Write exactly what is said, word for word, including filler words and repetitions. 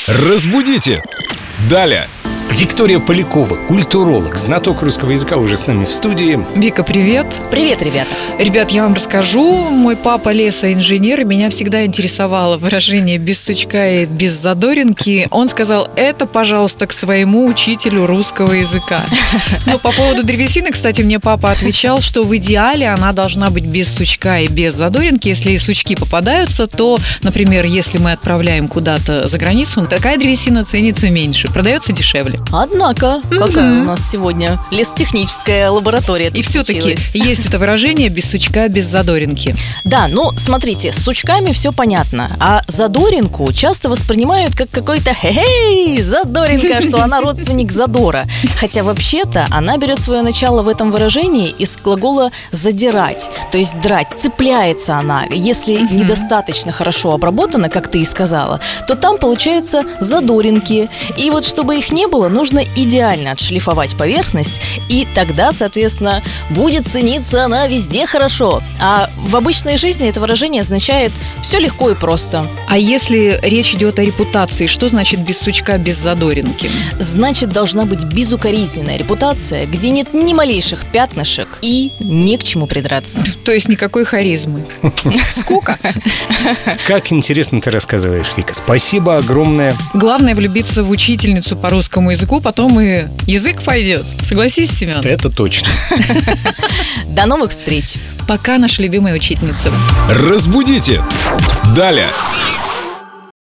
Разбудите! Далее! Виктория Полякова, культуролог, знаток русского языка, уже с нами в студии. Вика, привет. Привет, ребята. Ребят, я вам расскажу. Мой папа лесоинженер, и меня всегда интересовало выражение «без сучка и без задоринки». Он сказал: это, пожалуйста, к своему учителю русского языка. Но по поводу древесины, кстати, мне папа отвечал, что в идеале она должна быть без сучка и без задоринки. Если и сучки попадаются, то, например, если мы отправляем куда-то за границу, такая древесина ценится меньше, продается дешевле. Однако, какая у нас сегодня лесотехническая лаборатория. И все-таки случилась. есть это выражение «без сучка, без задоринки». Да, ну, смотрите, с сучками все понятно. А задоринку часто воспринимают как какой-то «хе-хей, задоринка», что она родственник задора. Хотя вообще-то она берет свое начало в этом выражении из глагола «задирать», то есть драть. Цепляется она. Если недостаточно хорошо обработана, как ты и сказала, то там получаются задоринки. И вот чтобы их не было, нужно идеально отшлифовать поверхность, и тогда, соответственно, будет цениться она везде хорошо. А в обычной жизни это выражение означает «все легко и просто». А если речь идет о репутации, что значит «без сучка, без задоринки»? Значит, должна быть безукоризненная репутация, где нет ни малейших пятнышек и не к чему придраться. То есть никакой харизмы. Скука. Как интересно ты рассказываешь, Вика. Спасибо огромное. Главное влюбиться в учительницу по русскому языку, потом и язык пойдет. Согласись, Семен? Это точно. До новых встреч! Пока, наша любимая учительница. Разбудите! Далее!